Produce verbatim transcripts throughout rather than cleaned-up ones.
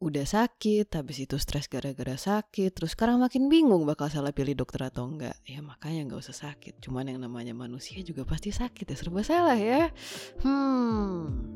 udah sakit, habis itu stres gara-gara sakit, terus sekarang makin bingung bakal salah pilih dokter atau enggak. Ya makanya gak usah sakit, cuman yang namanya manusia juga pasti sakit ya, serba salah ya. Hmm...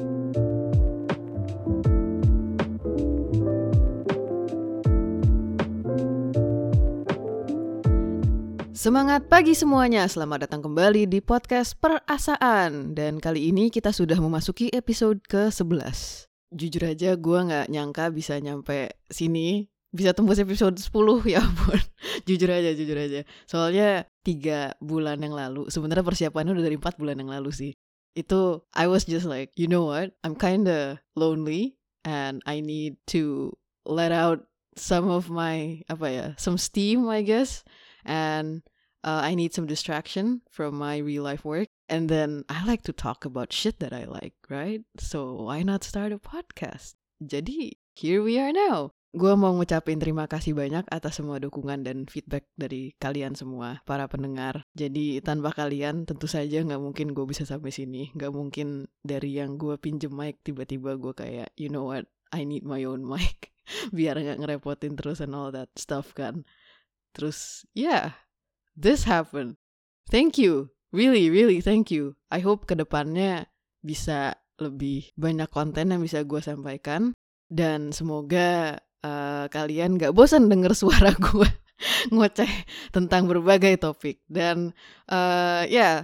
Semangat pagi semuanya, selamat datang kembali di podcast Perasaan. Dan kali ini kita sudah memasuki episode ke sebelas. Jujur aja gue gak nyangka bisa nyampe sini, bisa tembus episode sepuluh, ya ampun. Jujur aja, jujur aja. Soalnya tiga bulan yang lalu, sebenarnya persiapannya udah dari empat bulan yang lalu sih. Itu, I was just like, you know what, I'm kinda lonely and I need to let out some of my, apa ya, some steam I guess. And uh, I need some distraction from my real life work. And then I like to talk about shit that I like, right? So why not start a podcast? Jadi, here we are now. Gue mau ngucapin terima kasih banyak atas semua dukungan dan feedback dari kalian semua, para pendengar. Jadi tanpa kalian tentu saja gak mungkin gue bisa sampai sini. Gak mungkin dari yang gue pinjem mic tiba-tiba gue kayak, you know what, I need my own mic. Biar gak ngerepotin terus and all that stuff kan. Terus, yeah, this happened. Thank you. Really, really thank you. I hope kedepannya bisa lebih banyak konten yang bisa gue sampaikan. Dan semoga uh, kalian gak bosan denger suara gue ngoceh tentang berbagai topik. Dan, uh, yeah,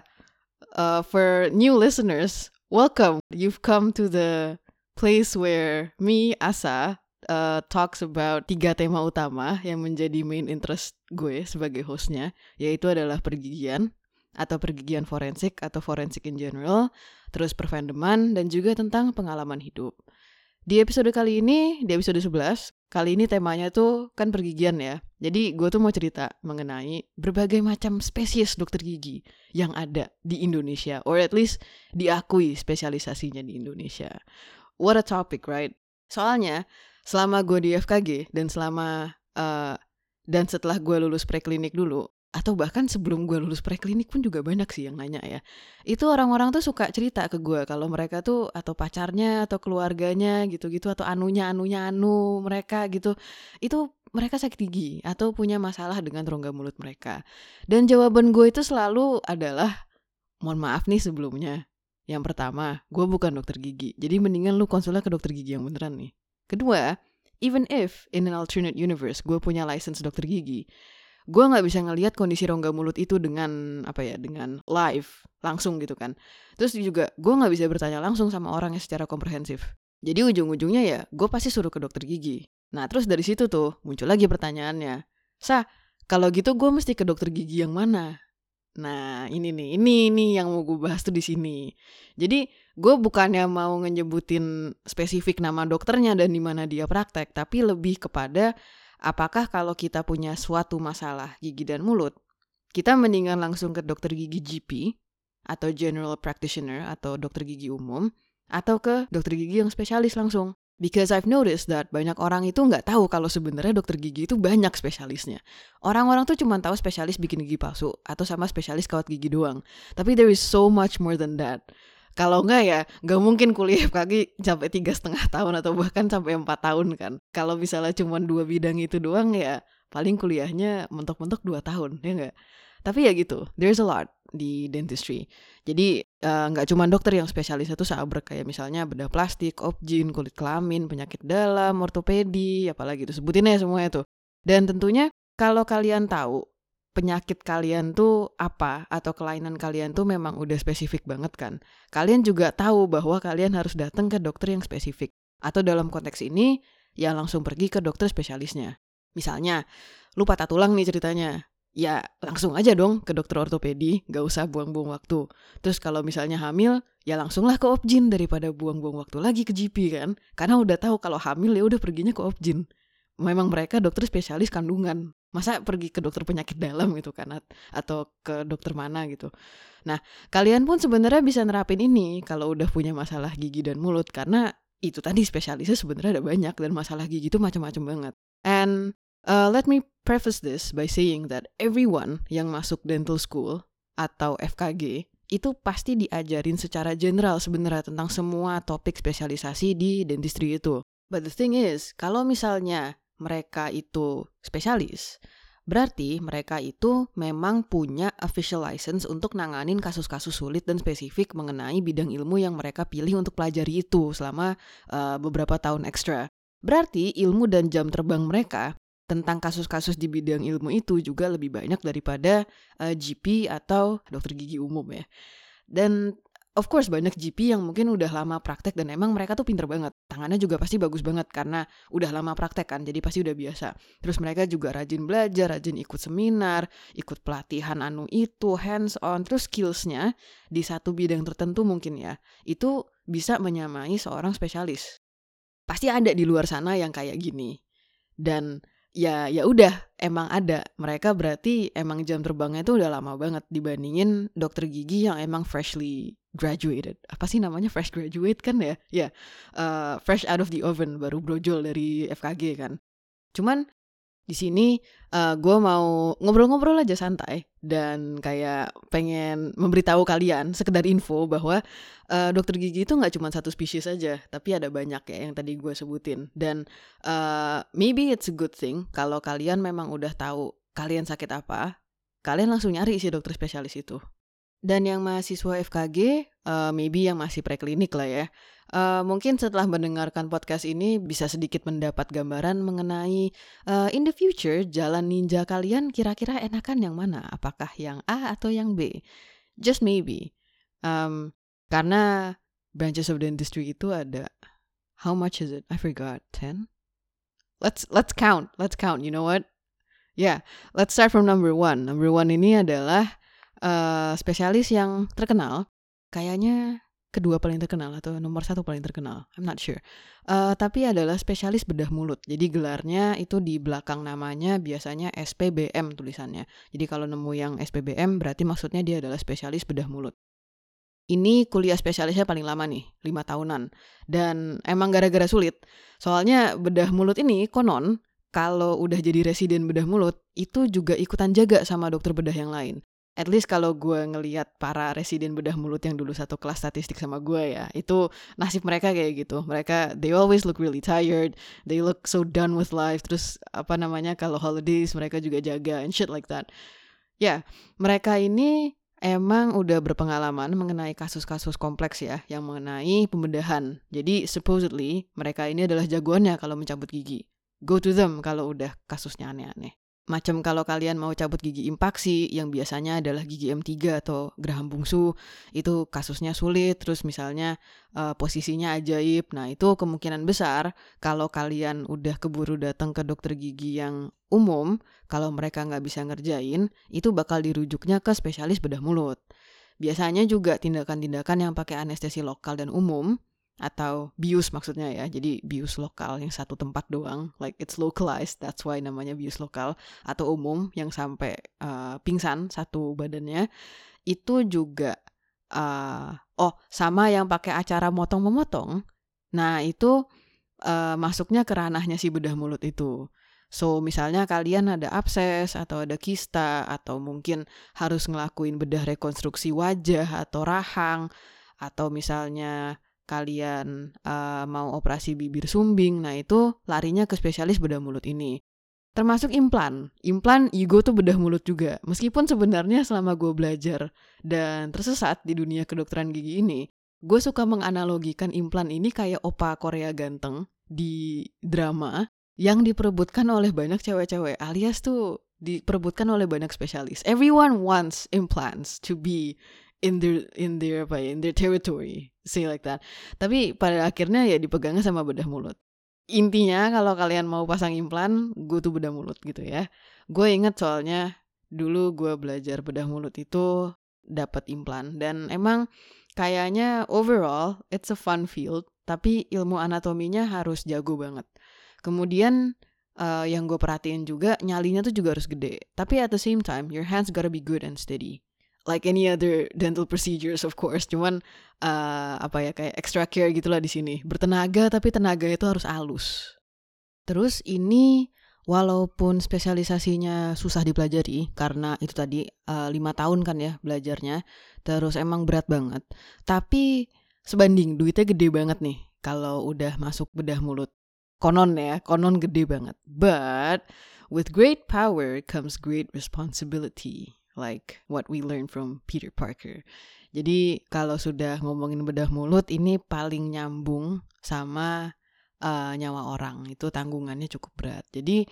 uh, for new listeners, welcome. You've come to the place where me, Asa, Uh, talks about tiga tema utama yang menjadi main interest gue sebagai hostnya, yaitu adalah pergigian atau pergigian forensik atau forensik in general, terus perfandoman, dan juga tentang pengalaman hidup. Di episode kali ini, di episode sebelas, kali ini temanya tuh kan pergigian ya. Jadi gue tuh mau cerita mengenai berbagai macam spesies dokter gigi yang ada di Indonesia, or at least diakui spesialisasinya di Indonesia. What a topic, right? Soalnya selama gue di F K G dan selama uh, dan setelah gue lulus preklinik dulu, atau bahkan sebelum gue lulus preklinik pun juga banyak sih yang nanya ya. Itu orang-orang tuh suka cerita ke gue kalau mereka tuh atau pacarnya atau keluarganya gitu-gitu atau anunya anunya anu mereka gitu, itu mereka sakit gigi atau punya masalah dengan rongga mulut mereka. Dan jawaban gue itu selalu adalah, mohon maaf nih sebelumnya. Yang pertama, gue bukan dokter gigi, jadi mendingan lu konsulnya ke dokter gigi yang beneran nih. Kedua, even if in an alternate universe gue punya license dokter gigi, gue nggak bisa ngelihat kondisi rongga mulut itu dengan apa ya, dengan live langsung gitu kan. Terus juga gue nggak bisa bertanya langsung sama orangnya secara komprehensif. Jadi ujung-ujungnya ya gue pasti suruh ke dokter gigi. Nah terus dari situ tuh muncul lagi pertanyaannya, Sa, kalau gitu gue mesti ke dokter gigi yang mana? Nah ini nih, ini nih yang mau gue bahas tuh di sini. Jadi gue bukannya mau nyebutin spesifik nama dokternya dan di mana dia praktek, tapi lebih kepada apakah kalau kita punya suatu masalah gigi dan mulut, kita mendingan langsung ke dokter gigi G P atau general practitioner atau dokter gigi umum, atau ke dokter gigi yang spesialis langsung. Because I've noticed that banyak orang itu nggak tahu kalau sebenarnya dokter gigi itu banyak spesialisnya. Orang-orang tuh cuma tahu spesialis bikin gigi palsu atau sama spesialis kawat gigi doang. Tapi there is so much more than that. Kalau nggak ya nggak mungkin kuliah F K G sampai tiga setengah tahun atau bahkan sampai empat tahun kan. Kalau misalnya cuma dua bidang itu doang ya paling kuliahnya mentok-mentok dua tahun ya nggak. Tapi ya gitu, there's a lot di dentistry. Jadi nggak uh, cuma dokter yang spesialisnya tuh sabrek, kayak misalnya bedah plastik, obgyn, kulit kelamin, penyakit dalam, ortopedi, apalagi itu sebutin aja semuanya tuh. Dan tentunya kalau kalian tahu penyakit kalian tuh apa atau kelainan kalian tuh memang udah spesifik banget kan, kalian juga tahu bahwa kalian harus datang ke dokter yang spesifik. Atau dalam konteks ini ya langsung pergi ke dokter spesialisnya. Misalnya lu patah tulang nih ceritanya, ya langsung aja dong ke dokter ortopedi, gak usah buang-buang waktu. Terus kalau misalnya hamil, ya langsunglah ke obgyn daripada buang-buang waktu lagi ke G P kan. Karena udah tahu kalau hamil ya udah perginya ke obgyn. Memang mereka dokter spesialis kandungan. Masa pergi ke dokter penyakit dalam gitu kan, atau ke dokter mana gitu. Nah, kalian pun sebenarnya bisa nerapin ini kalau udah punya masalah gigi dan mulut, karena itu tadi spesialisnya sebenarnya ada banyak dan masalah gigi itu macam-macam banget. And Uh, let me preface this by saying that everyone yang masuk dental school atau F K G itu pasti diajarin secara general sebenarnya tentang semua topik spesialisasi di dentistry itu. But the thing is, kalau misalnya mereka itu spesialis, berarti mereka itu memang punya official license untuk nanganin kasus-kasus sulit dan spesifik mengenai bidang ilmu yang mereka pilih untuk pelajari itu selama uh, beberapa tahun ekstra. Berarti ilmu dan jam terbang mereka tentang kasus-kasus di bidang ilmu itu juga lebih banyak daripada uh, G P atau dokter gigi umum ya. Dan of course banyak G P yang mungkin udah lama praktek dan emang mereka tuh pinter banget. Tangannya juga pasti bagus banget karena udah lama praktek kan, jadi pasti udah biasa. Terus mereka juga rajin belajar, rajin ikut seminar, ikut pelatihan anu itu, hands on. Terus skillsnya di satu bidang tertentu mungkin ya, itu bisa menyamai seorang spesialis. Pasti ada di luar sana yang kayak gini. Dan ya ya udah emang ada, mereka berarti emang jam terbangnya itu udah lama banget dibandingin dokter gigi yang emang freshly graduated. Apa sih namanya, fresh graduate kan ya? Ya, yeah. uh, fresh out of the oven, baru brojol dari F K G kan. Cuman di sini uh, gue mau ngobrol-ngobrol aja santai dan kayak pengen memberitahu kalian sekedar info bahwa uh, dokter gigi itu nggak cuma satu spesies aja, tapi ada banyak ya yang tadi gue sebutin. Dan uh, maybe it's a good thing kalau kalian memang udah tahu kalian sakit apa, kalian langsung nyari si dokter spesialis itu. Dan yang mahasiswa F K G, uh, maybe yang masih preklinik lah ya, uh, mungkin setelah mendengarkan podcast ini bisa sedikit mendapat gambaran mengenai uh, in the future jalan ninja kalian kira-kira enakan yang mana? Apakah yang A atau yang B? Just maybe. Um, karena branches of dentistry itu ada, how much is it? I forgot, ten? Let's let's count, let's count. You know what? Yeah, let's start from number one. Number one ini adalah Uh, spesialis yang terkenal, kayaknya kedua paling terkenal atau nomor satu paling terkenal, I'm not sure. Uh, tapi adalah spesialis bedah mulut. Jadi gelarnya itu di belakang namanya biasanya S P B M tulisannya. Jadi kalau nemu yang S P B M berarti maksudnya dia adalah spesialis bedah mulut. Ini kuliah spesialisnya paling lama nih, lima tahunan. Dan emang gara-gara sulit. Soalnya bedah mulut ini konon kalau udah jadi residen bedah mulut itu juga ikutan jaga sama dokter bedah yang lain. At least kalau gue ngelihat para residen bedah mulut yang dulu satu kelas statistik sama gue ya, itu nasib mereka kayak gitu. Mereka, they always look really tired, they look so done with life. Terus apa namanya, kalau holidays mereka juga jaga and shit like that. Ya, yeah, mereka ini emang udah berpengalaman mengenai kasus-kasus kompleks ya, yang mengenai pembedahan. Jadi supposedly mereka ini adalah jagoannya kalau mencabut gigi. Go to them kalau udah kasusnya aneh-aneh. Macam kalau kalian mau cabut gigi impaksi yang biasanya adalah gigi M tiga atau geraham bungsu, itu kasusnya sulit, terus misalnya uh, posisinya ajaib. Nah itu kemungkinan besar kalau kalian udah keburu datang ke dokter gigi yang umum, kalau mereka nggak bisa ngerjain, itu bakal dirujuknya ke spesialis bedah mulut. Biasanya juga tindakan-tindakan yang pakai anestesi lokal dan umum, atau bius maksudnya ya, jadi bius lokal yang satu tempat doang, like it's localized, that's why namanya bius lokal, atau umum yang sampai uh, pingsan satu badannya, itu juga uh, oh sama yang pakai acara motong-memotong, nah itu uh, masuknya ke ranahnya si bedah mulut itu. So misalnya kalian ada abses atau ada kista, atau mungkin harus ngelakuin bedah rekonstruksi wajah atau rahang, atau misalnya kalian uh, mau operasi bibir sumbing, nah itu larinya ke spesialis bedah mulut ini. Termasuk implan. Implan you go to bedah mulut juga. Meskipun sebenarnya selama gue belajar dan tersesat di dunia kedokteran gigi ini, gue suka menganalogikan implan ini kayak opa Korea ganteng di drama yang diperebutkan oleh banyak cewek-cewek, alias tuh diperebutkan oleh banyak spesialis. Everyone wants implants to be in their in their apa ya, in their territory, say like that. Tapi pada akhirnya ya dipegangnya sama bedah mulut. Intinya kalau kalian mau pasang implan, go to bedah mulut gitu ya. Gue inget soalnya dulu gue belajar bedah mulut itu dapat implan, dan emang kayaknya overall it's a fun field, tapi ilmu anatominya harus jago banget. Kemudian uh, yang gue perhatiin juga, nyalinya tuh juga harus gede. Tapi at the same time, your hands gotta be good and steady. Like any other dental procedures of course, cuman uh, apa ya, kayak extra care gitulah di sini. Bertenaga tapi tenaga itu harus halus. Terus ini walaupun spesialisasinya susah dipelajari karena itu tadi uh, lima tahun kan ya belajarnya, terus emang berat banget. Tapi sebanding duitnya gede banget nih kalau udah masuk bedah mulut. Konon ya, konon gede banget. But with great power comes great responsibility. Like what we learned from Peter Parker. Jadi kalau sudah ngomongin bedah mulut, ini paling nyambung sama uh, nyawa orang. Itu tanggungannya cukup berat. Jadi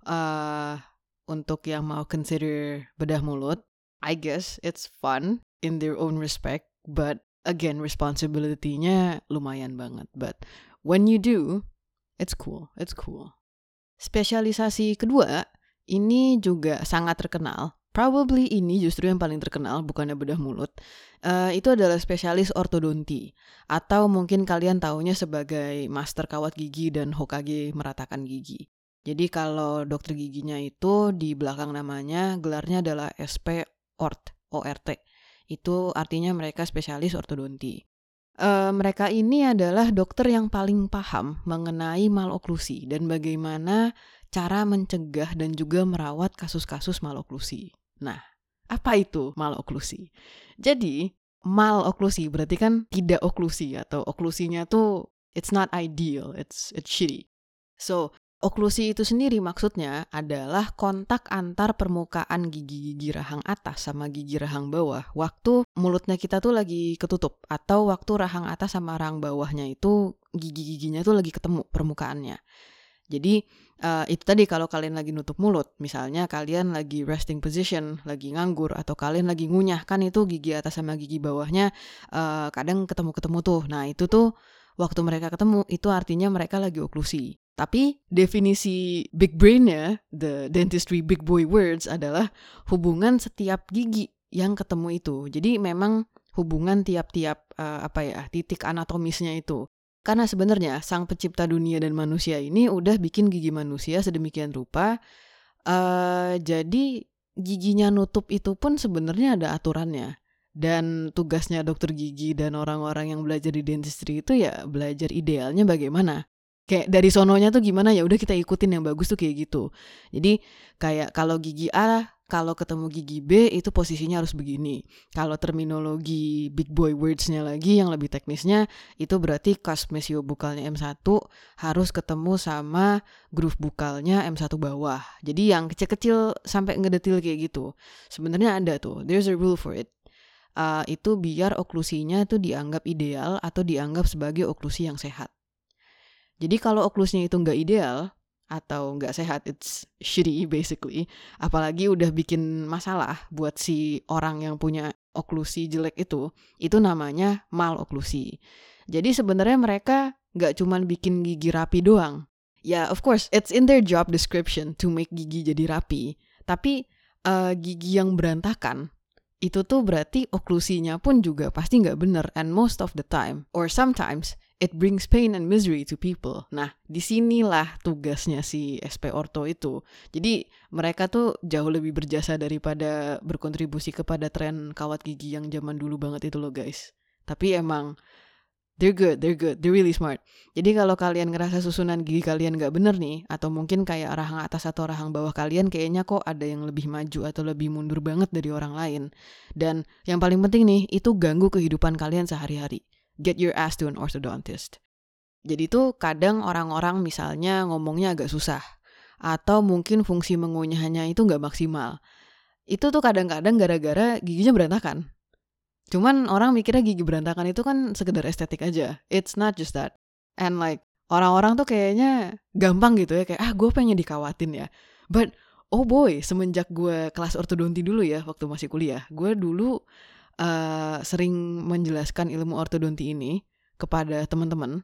uh, untuk yang mau consider bedah mulut, I guess it's fun in their own respect. But again, responsibility-nya lumayan banget. But when you do, it's cool, it's cool. Spesialisasi kedua, ini juga sangat terkenal. Probably ini justru yang paling terkenal, bukannya bedah mulut. Uh, itu adalah spesialis ortodonti. Atau mungkin kalian taunya sebagai master kawat gigi dan Hokage meratakan gigi. Jadi kalau dokter giginya itu di belakang namanya, gelarnya adalah S P O R T, O R T. Itu artinya mereka spesialis ortodonti. Uh, mereka ini adalah dokter yang paling paham mengenai maloklusi dan bagaimana cara mencegah dan juga merawat kasus-kasus maloklusi. Nah, apa itu maloklusi? Jadi, maloklusi berarti kan tidak oklusi atau oklusinya tuh it's not ideal, it's it's shitty. So, oklusi itu sendiri maksudnya adalah kontak antar permukaan gigi-gigi rahang atas sama gigi rahang bawah waktu mulutnya kita tuh lagi ketutup atau waktu rahang atas sama rahang bawahnya itu gigi-giginya tuh lagi ketemu permukaannya. Jadi uh, itu tadi kalau kalian lagi nutup mulut, misalnya kalian lagi resting position, lagi nganggur atau kalian lagi ngunyah, kan itu gigi atas sama gigi bawahnya uh, kadang ketemu-ketemu tuh. Nah itu tuh waktu mereka ketemu itu artinya mereka lagi oklusi. Tapi definisi big brain-nya, the dentistry big boy words adalah hubungan setiap gigi yang ketemu itu. Jadi memang hubungan tiap-tiap uh, apa ya titik anatomisnya itu. Karena sebenarnya sang pencipta dunia dan manusia ini udah bikin gigi manusia sedemikian rupa. Uh, jadi giginya nutup itu pun sebenarnya ada aturannya. Dan tugasnya dokter gigi dan orang-orang yang belajar di dentistry itu ya belajar idealnya bagaimana. Kayak dari sononya tuh gimana ya udah kita ikutin yang bagus tuh kayak gitu. Jadi kayak kalau gigi A, kalau ketemu gigi B itu posisinya harus begini. Kalau terminologi big boy words-nya lagi yang lebih teknisnya itu berarti cusp mesiobukalnya M satu harus ketemu sama groove bukalnya M satu bawah. Jadi yang kecil-kecil sampai ngedetil kayak gitu. Sebenarnya ada tuh, there's a rule for it. Uh, itu biar oklusinya itu dianggap ideal atau dianggap sebagai oklusi yang sehat. Jadi kalau oklusnya itu nggak ideal atau nggak sehat, it's shitty basically. Apalagi udah bikin masalah buat si orang yang punya oklusi jelek itu, itu namanya maloklusi. Jadi sebenarnya mereka nggak cuma bikin gigi rapi doang. Ya of course, it's in their job description to make gigi jadi rapi. Tapi uh, gigi yang berantakan, itu tuh berarti oklusinya pun juga pasti nggak bener. And most of the time, or sometimes, it brings pain and misery to people. Nah, disinilah tugasnya si S P Ortho itu. Jadi mereka tuh jauh lebih berjasa daripada berkontribusi kepada tren kawat gigi yang zaman dulu banget itu loh guys. Tapi emang they're good, they're good, they're really smart. Jadi kalau kalian ngerasa susunan gigi kalian gak bener nih, atau mungkin kayak rahang atas atau rahang bawah kalian kayaknya kok ada yang lebih maju atau lebih mundur banget dari orang lain. Dan yang paling penting nih, itu ganggu kehidupan kalian sehari-hari. Get your ass to an orthodontist. Jadi tuh kadang orang-orang misalnya ngomongnya agak susah. Atau mungkin fungsi mengunyahnya itu gak maksimal. Itu tuh kadang-kadang gara-gara giginya berantakan. Cuman orang mikirnya gigi berantakan itu kan sekedar estetik aja. It's not just that. And like, orang-orang tuh kayaknya gampang gitu ya. Kayak, ah gue pengen dikawatin ya. But, oh boy, semenjak gue kelas ortodonti dulu ya, waktu masih kuliah. Gue dulu uh, sering menjelaskan ilmu ortodonti ini kepada teman-teman.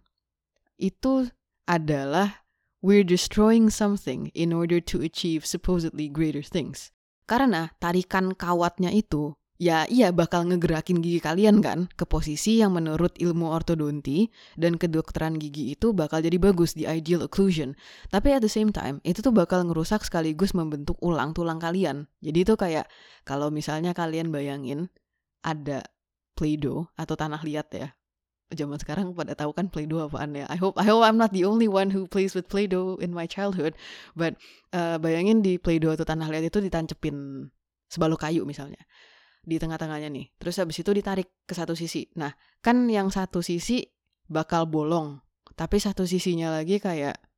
Itu adalah, we're destroying something in order to achieve supposedly greater things. Karena tarikan kawatnya itu, ya iya bakal ngegerakin gigi kalian kan ke posisi yang menurut ilmu ortodonti dan kedokteran gigi itu bakal jadi bagus, di ideal occlusion. Tapi at the same time itu tuh bakal ngerusak sekaligus membentuk ulang tulang kalian. Jadi itu kayak kalau misalnya kalian bayangin ada Play-Doh atau tanah liat ya. Zaman sekarang pada tahu kan Play-Doh apaan ya. I hope I hope I'm not the only one who plays with Play-Doh in my childhood. But uh, bayangin di Play-Doh atau tanah liat itu ditancepin sebalok kayu misalnya di tengah-tengahnya nih. Terus habis itu ditarik ke satu sisi. Nah, kan yang satu sisi bakal bolong. Tapi satu sisinya lagi kayak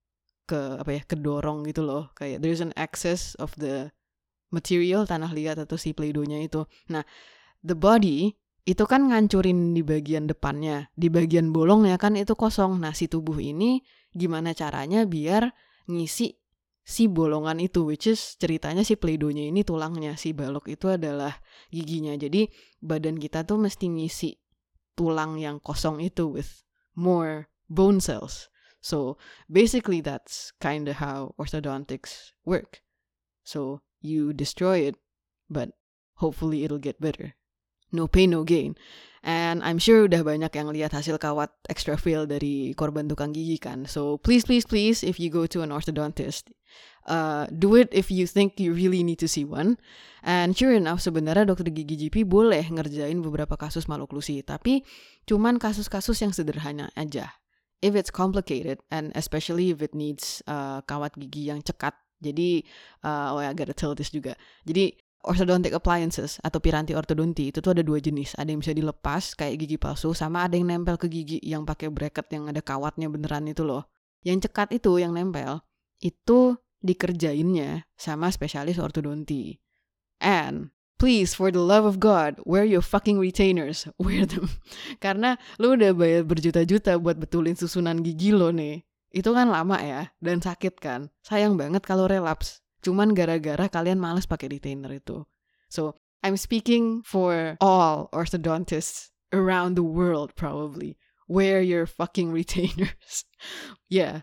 ke apa ya kedorong gitu loh, kayak there's an excess of the material tanah liat atau si Play-Doh-nya itu. Nah, the body itu kan ngancurin di bagian depannya, di bagian bolongnya kan itu kosong. Nah, si tubuh ini gimana caranya biar ngisi si bolongan itu, which is ceritanya si Play-Doh-nya ini tulangnya, si balok itu adalah giginya. Jadi badan kita tuh mesti ngisi tulang yang kosong itu with more bone cells. So basically that's kind of how orthodontics work. So you destroy it, but hopefully it'll get better. No pain, no gain. And I'm sure udah banyak yang lihat hasil kawat extra fill dari korban tukang gigi kan. So please, please, please, if you go to an orthodontist, uh, do it if you think you really need to see one. And sure enough, sebenarnya dokter gigi G P boleh ngerjain beberapa kasus maloklusi, tapi cuman kasus-kasus yang sederhana aja. If it's complicated, and especially if it needs uh, kawat gigi yang cekat. Jadi, uh, oh I gotta tell this juga. Jadi, orthodontic appliances atau piranti ortodonti itu tuh ada dua jenis. Ada yang bisa dilepas kayak gigi palsu, sama ada yang nempel ke gigi yang pakai bracket yang ada kawatnya beneran itu loh. Yang cekat itu, yang nempel, itu dikerjainnya sama spesialis ortodonti. And please, for the love of God, wear your fucking retainers. Wear them. Karena lu udah bayar berjuta-juta buat betulin susunan gigi lo nih. Itu kan lama ya, dan sakit kan. Sayang banget kalau relapse. Cuman gara-gara kalian males pakai retainer itu. So, I'm speaking for all orthodontists around the world probably. Wear your fucking retainers. Yeah.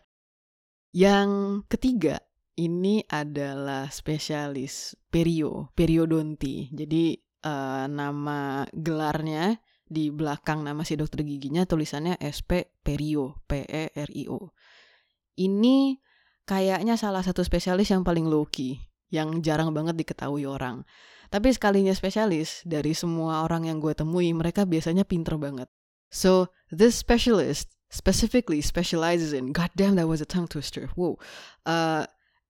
Yang ketiga, ini adalah spesialis perio, periodonti. Jadi uh, nama gelarnya di belakang nama si dokter giginya tulisannya S P Perio, P E R I O. Ini kayaknya salah satu spesialis yang paling low-key, yang jarang banget diketahui orang. Tapi sekalinya spesialis, dari semua orang yang gue temui, mereka biasanya pinter banget. So, this specialist specifically specializes in, goddamn that was a tongue twister, wow, uh,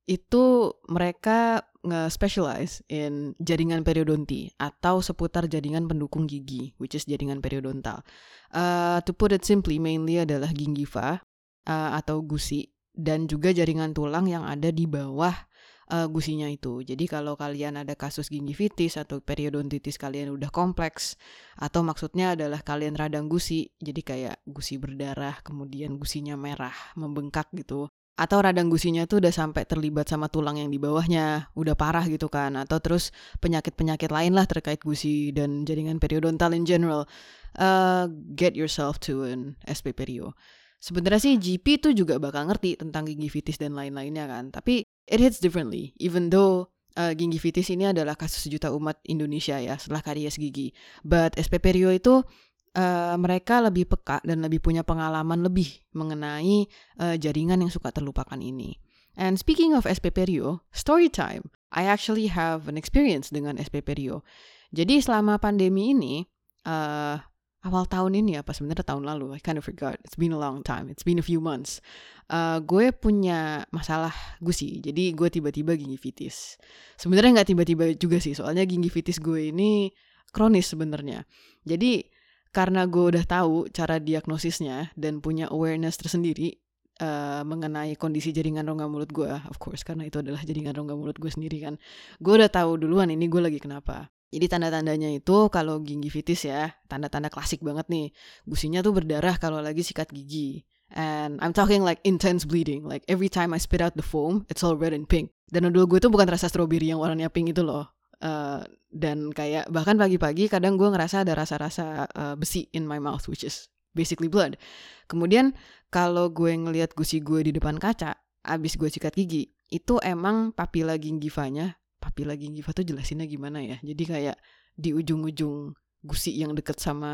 itu mereka nge-specialize in jaringan periodonti atau seputar jaringan pendukung gigi, which is jaringan periodontal. Uh, to put it simply, mainly adalah gingiva uh, atau gusi, dan juga jaringan tulang yang ada di bawah uh, gusinya itu. Jadi kalau kalian ada kasus gingivitis atau periodontitis kalian udah kompleks, atau maksudnya adalah kalian radang gusi, jadi kayak gusi berdarah, kemudian gusinya merah, membengkak gitu. Atau radang gusinya tuh udah sampai terlibat sama tulang yang di bawahnya, udah parah gitu kan. Atau terus penyakit-penyakit lain lah terkait gusi dan jaringan periodontal in general. Uh, get yourself to an S P Perio. Sebenarnya sih G P tuh juga bakal ngerti tentang gingivitis dan lain-lainnya kan. Tapi it hits differently, even though uh, gingivitis ini adalah kasus sejuta umat Indonesia ya, setelah karies gigi. But S P Perio itu Uh, mereka lebih peka dan lebih punya pengalaman lebih mengenai uh, jaringan yang suka terlupakan ini. And speaking of S P Perio, story time. I actually have an experience dengan S P Perio. Jadi selama pandemi ini, uh, awal tahun ini apa sebenarnya tahun lalu, I kind of forgot. It's been a long time. It's been a few months. Uh, gue punya masalah gusi. Jadi gue tiba-tiba gingivitis. Sebenarnya nggak tiba-tiba juga sih, soalnya gingivitis gue ini kronis sebenarnya. Jadi karena gue udah tahu cara diagnosisnya dan punya awareness tersendiri uh, mengenai kondisi jaringan rongga mulut gue, of course, karena itu adalah jaringan rongga mulut gue sendiri kan. Gue udah tahu duluan ini gue lagi kenapa. Jadi tanda-tandanya itu kalau gingivitis ya, tanda-tanda klasik banget nih. Gusinya tuh berdarah kalau lagi sikat gigi. And I'm talking like intense bleeding. Like every time I spit out the foam, it's all red and pink. Dan odol gue tuh bukan rasa strawberry yang warnanya pink itu loh. Uh, dan kayak bahkan pagi-pagi kadang gue ngerasa ada rasa-rasa uh, besi in my mouth, which is basically blood. Kemudian kalau gue ngelihat gusi gue di depan kaca abis gue sikat gigi, itu emang papila gingivanya, papila gingiva tuh jelasinnya gimana ya, jadi kayak di ujung-ujung gusi yang deket sama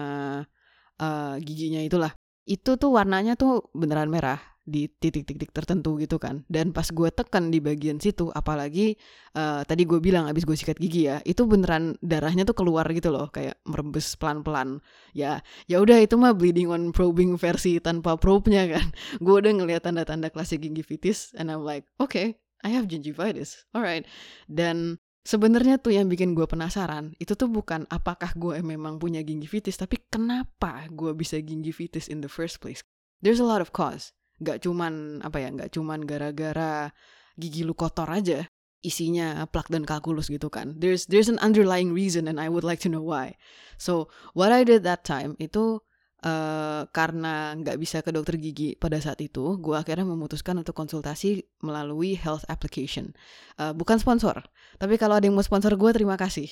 uh, giginya itulah, itu tuh warnanya tuh beneran merah di titik-titik tertentu gitu kan. Dan pas gue tekan di bagian situ, apalagi uh, tadi gue bilang abis gue sikat gigi ya, itu beneran darahnya tuh keluar gitu loh, kayak merembes pelan-pelan. Ya, ya udah itu mah bleeding on probing versi tanpa probe-nya kan. Gue udah ngeliat tanda-tanda klasik gingivitis, and I'm like, okay, I have gingivitis, alright. Dan sebenarnya tuh yang bikin gue penasaran, itu tuh bukan apakah gue memang punya gingivitis, tapi kenapa gue bisa gingivitis in the first place. There's a lot of cause. Nggak cuman apa ya, nggak cuman gara-gara gigi lu kotor aja, isinya plak dan kalkulus gitu kan. There's there's an underlying reason and I would like to know why. So what I did that time itu uh, karena nggak bisa ke dokter gigi pada saat itu, gue akhirnya memutuskan untuk konsultasi melalui health application. Uh, bukan sponsor, tapi kalau ada yang mau sponsor gue terima kasih.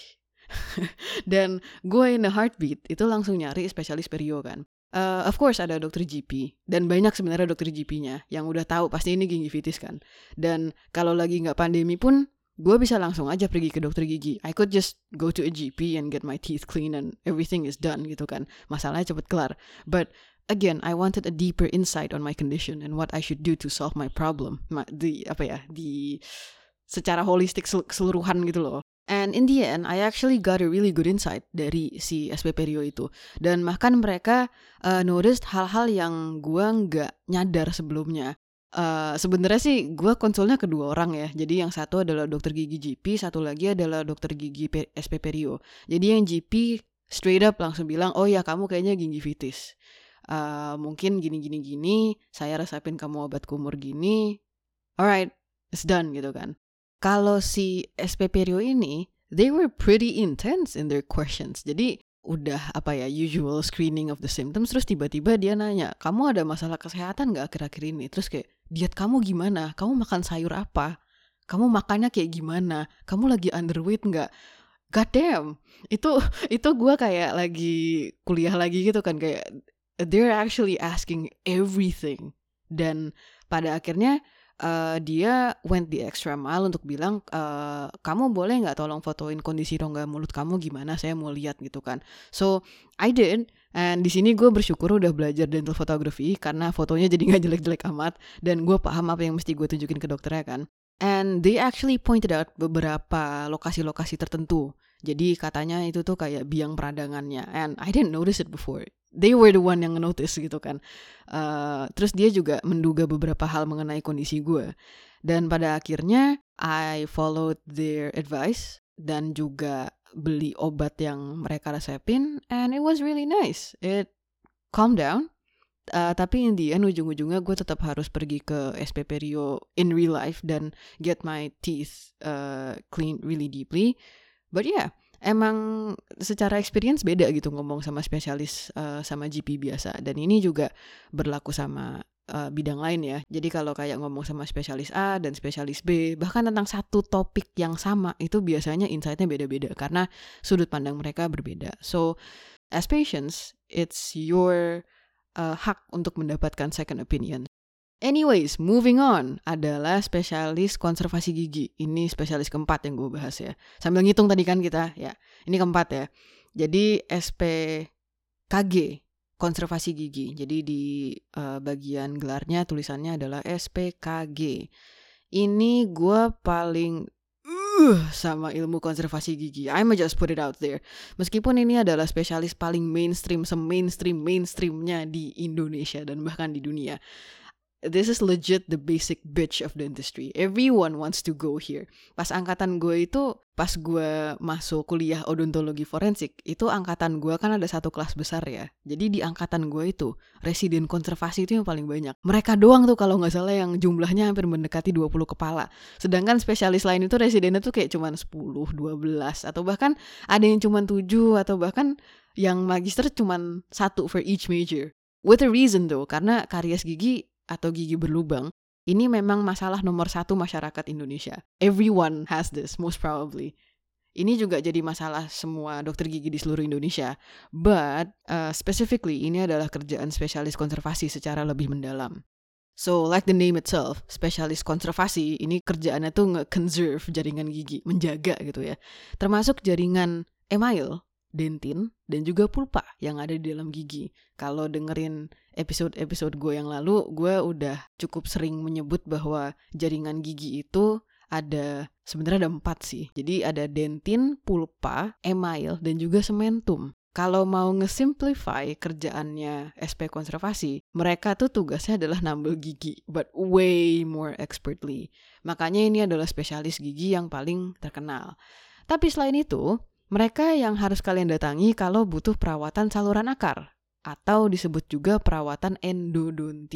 Dan gue in a heartbeat itu langsung nyari spesialis perio kan. Uh, of course ada dokter G P, dan banyak sebenarnya dokter G P-nya yang udah tahu pasti ini gingivitis kan. Dan kalau lagi nggak pandemi pun gue bisa langsung aja pergi ke dokter gigi. I could just go to a G P and get my teeth clean and everything is done gitu kan. Masalahnya cepet kelar. But again, I wanted a deeper insight on my condition and what I should do to solve my problem. Ma- di apa ya, di secara holistik keseluruhan gitu loh. And in the end, I actually got a really good insight dari si S P Perio itu. Dan bahkan mereka uh, noticed hal-hal yang gue nggak nyadar sebelumnya. Uh, Sebenarnya sih gue konsulnya kedua orang ya. Jadi yang satu adalah dokter gigi G P, satu lagi adalah dokter gigi P- S P Perio. Jadi yang G P straight up langsung bilang, oh ya kamu kayaknya gingivitis. Uh, mungkin gini-gini-gini, saya resepin kamu obat kumur gini. Alright, it's done gitu kan. Kalau si S P Perio ini, they were pretty intense in their questions. Jadi udah apa ya, usual screening of the symptoms. Terus tiba-tiba dia nanya, kamu ada masalah kesehatan gak akhir-akhir ini? Terus kayak, diet kamu gimana? Kamu makan sayur apa? Kamu makannya kayak gimana? Kamu lagi underweight gak? God damn, itu itu gue kayak lagi kuliah lagi gitu kan. Kayak they're actually asking everything. Dan pada akhirnya Uh, dia went the extra mile untuk bilang, uh, kamu boleh nggak tolong fotoin kondisi rongga mulut kamu gimana, saya mau lihat gitu kan. So I did, and di sini gue bersyukur udah belajar dental photography karena fotonya jadi nggak jelek-jelek amat, dan gue paham apa yang mesti gue tunjukin ke dokternya kan. And they actually pointed out beberapa lokasi-lokasi tertentu. Jadi katanya itu tuh kayak biang peradangannya, and I didn't notice it before. They were the one yang notice gitu kan. Uh, terus dia juga menduga beberapa hal mengenai kondisi gue. Dan pada akhirnya I followed their advice dan juga beli obat yang mereka resepin, and it was really nice. It calmed down. Uh, tapi in the end ujung-ujungnya gue tetap harus pergi ke S P Perio in real life dan get my teeth uh, cleaned really deeply. But yeah, emang secara experience beda gitu ngomong sama spesialis uh, sama G P biasa. Dan ini juga berlaku sama uh, bidang lain ya. Jadi kalau kayak ngomong sama spesialis A dan spesialis B, bahkan tentang satu topik yang sama, itu biasanya insight-nya beda-beda karena sudut pandang mereka berbeda. So as patients, it's your uh, hak untuk mendapatkan second opinion. Anyways, moving on adalah spesialis konservasi gigi. Ini spesialis keempat yang gue bahas ya. Sambil ngitung tadi kan kita, ya. Ini keempat ya. Jadi S P K G, konservasi gigi. Jadi di uh, bagian gelarnya tulisannya adalah S P K G. Ini gue paling uh, sama ilmu konservasi gigi. I'ma just put it out there. Meskipun ini adalah spesialis paling mainstream, se-mainstream mainstreamnya di Indonesia dan bahkan di dunia. This is legit the basic bitch of the industry. Everyone wants to go here. Pas angkatan gue itu, pas gue masuk kuliah odontologi forensik, itu angkatan gue kan ada satu kelas besar ya. Jadi di angkatan gue itu, residen konservasi itu yang paling banyak. Mereka doang tuh kalau gak salah yang jumlahnya hampir mendekati dua puluh kepala. Sedangkan spesialis lain itu residennya tuh kayak cuman sepuluh, dua belas. Atau bahkan ada yang cuman tujuh. Atau bahkan yang magister cuman satu for each major. With a reason though, karena karies gigi atau gigi berlubang, ini memang masalah nomor satu masyarakat Indonesia. Everyone has this, most probably. Ini juga jadi masalah semua dokter gigi di seluruh Indonesia. But, uh, specifically, ini adalah kerjaan spesialis konservasi secara lebih mendalam. So, like the name itself, spesialis konservasi, ini kerjaannya tuh nge-conserve jaringan gigi, menjaga gitu ya. Termasuk jaringan email, dentin, dan juga pulpa yang ada di dalam gigi. Kalau dengerin episode-episode gue yang lalu, gue udah cukup sering menyebut bahwa jaringan gigi itu ada, sebenarnya ada empat sih. Jadi ada dentin, pulpa, email, dan juga sementum. Kalau mau nge-simplify kerjaannya S P konservasi, mereka tuh tugasnya adalah nambel gigi, but way more expertly. Makanya ini adalah spesialis gigi yang paling terkenal. Tapi selain itu, mereka yang harus kalian datangi kalau butuh perawatan saluran akar, atau disebut juga perawatan endodonti.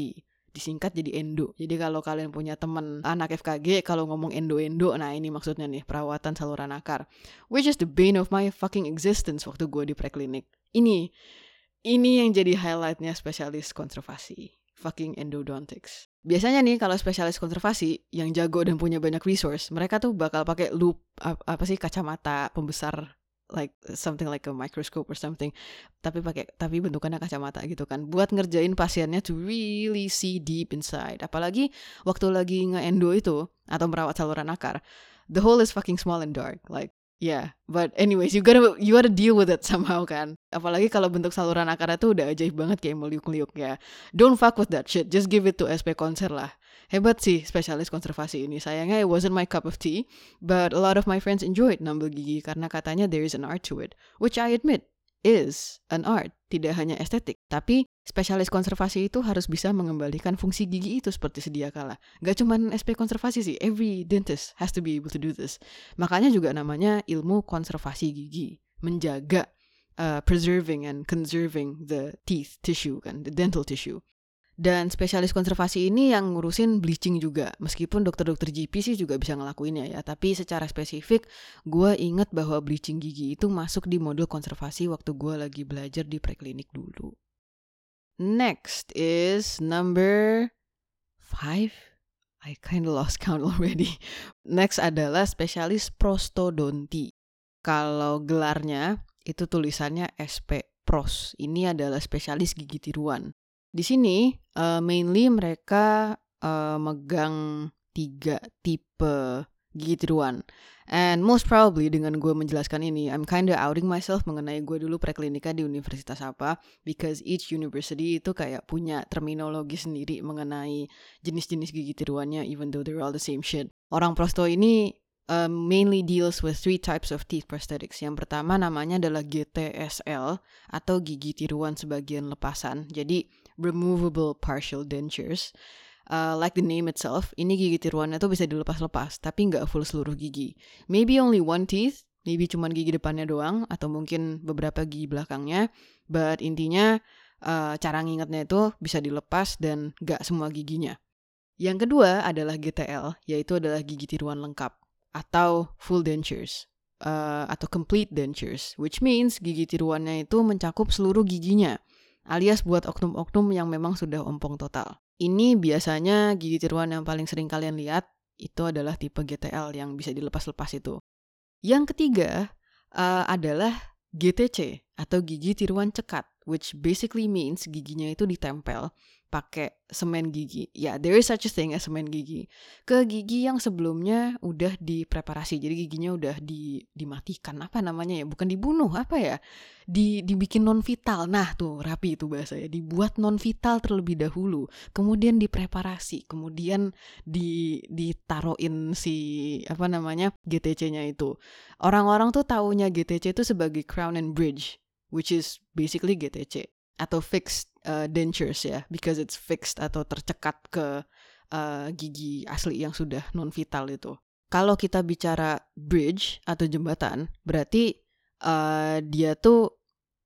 disingkat jadi endo. Jadi kalau kalian punya teman anak F K G, kalau ngomong endo-endo, nah ini maksudnya nih, perawatan saluran akar. Which is the bane of my fucking existence waktu gue di preklinik. Ini, ini yang jadi highlightnya spesialis konservasi. Fucking endodontics. Biasanya nih kalau spesialis konservasi yang jago dan punya banyak resource, mereka tuh bakal pakai loop, apa sih, kacamata pembesar, like something like a microscope or something, tapi pakai tapi bentukannya kacamata gitu kan, buat ngerjain pasiennya to really see deep inside. Apalagi waktu lagi nge-endo itu atau merawat saluran akar, the hole is fucking small and dark, like yeah, but anyways, you gotta you gotta deal with it somehow kan. Apalagi kalau bentuk saluran akar itu udah ajaib banget kayak meliuk-liuk ya. Don't fuck with that shit, just give it to S P konser lah. Hebat sih spesialis konservasi ini. Sayangnya it wasn't my cup of tea, but a lot of my friends enjoyed nambel gigi karena katanya there is an art to it, which I admit is an art, tidak hanya estetik. Tapi spesialis konservasi itu harus bisa mengembalikan fungsi gigi itu seperti sedia kala. Gak cuma S P konservasi sih, every dentist has to be able to do this. Makanya juga namanya ilmu konservasi gigi, menjaga, uh, preserving and conserving the teeth tissue kan, the dental tissue. Dan spesialis konservasi ini yang ngurusin bleaching juga. Meskipun dokter-dokter G P sih juga bisa ngelakuinnya ya. Tapi secara spesifik, gue inget bahwa bleaching gigi itu masuk di modul konservasi waktu gue lagi belajar di preklinik dulu. Next is number five. I kind of lost count already. Next adalah spesialis prostodonti. Kalau gelarnya, itu tulisannya S P Pros. Ini adalah spesialis gigi tiruan. Di sini uh, mainly mereka uh, megang tiga tipe gigi tiruan. And most probably dengan gue menjelaskan ini, I'm kinda outing myself mengenai gue dulu preklinika di universitas apa, because each university itu kayak punya terminologi sendiri mengenai jenis-jenis gigi tiruannya, even though they're all the same shit. Orang prosto ini uh, mainly deals with three types of teeth prosthetics. Yang pertama namanya adalah G T S L atau gigi tiruan sebagian lepasan. Jadi removable partial dentures. Uh, like the name itself, ini gigi tiruannya tuh bisa dilepas-lepas, tapi nggak full seluruh gigi. Maybe only one teeth, maybe cuman gigi depannya doang, atau mungkin beberapa gigi belakangnya. But intinya uh, cara ngingetnya itu bisa dilepas dan nggak semua giginya. Yang kedua adalah G T L, yaitu adalah gigi tiruan lengkap atau full dentures uh, atau complete dentures, which means gigi tiruannya itu mencakup seluruh giginya, alias buat oknum-oknum yang memang sudah ompong total. Ini biasanya gigi tiruan yang paling sering kalian lihat itu adalah tipe G T L yang bisa dilepas-lepas itu. Yang ketiga uh, adalah G T C atau gigi tiruan cekat, which basically means giginya itu ditempel pakai semen gigi. Ya, yeah, there is such a thing as semen gigi. Ke gigi yang sebelumnya udah dipreparasi. Jadi giginya udah di, dimatikan. Apa namanya ya? Bukan dibunuh, apa ya? Di, dibikin non-vital. Nah tuh, rapi itu bahasanya. Dibuat non-vital terlebih dahulu. Kemudian dipreparasi. Kemudian di, ditaruhin si, apa namanya, G T C-nya itu. Orang-orang tuh taunya G T C itu sebagai crown and bridge, which is basically G T C. Atau fixed uh, dentures ya, because it's fixed atau tercekat ke uh, gigi asli yang sudah non-vital itu. Kalau kita bicara bridge atau jembatan, berarti uh, dia tuh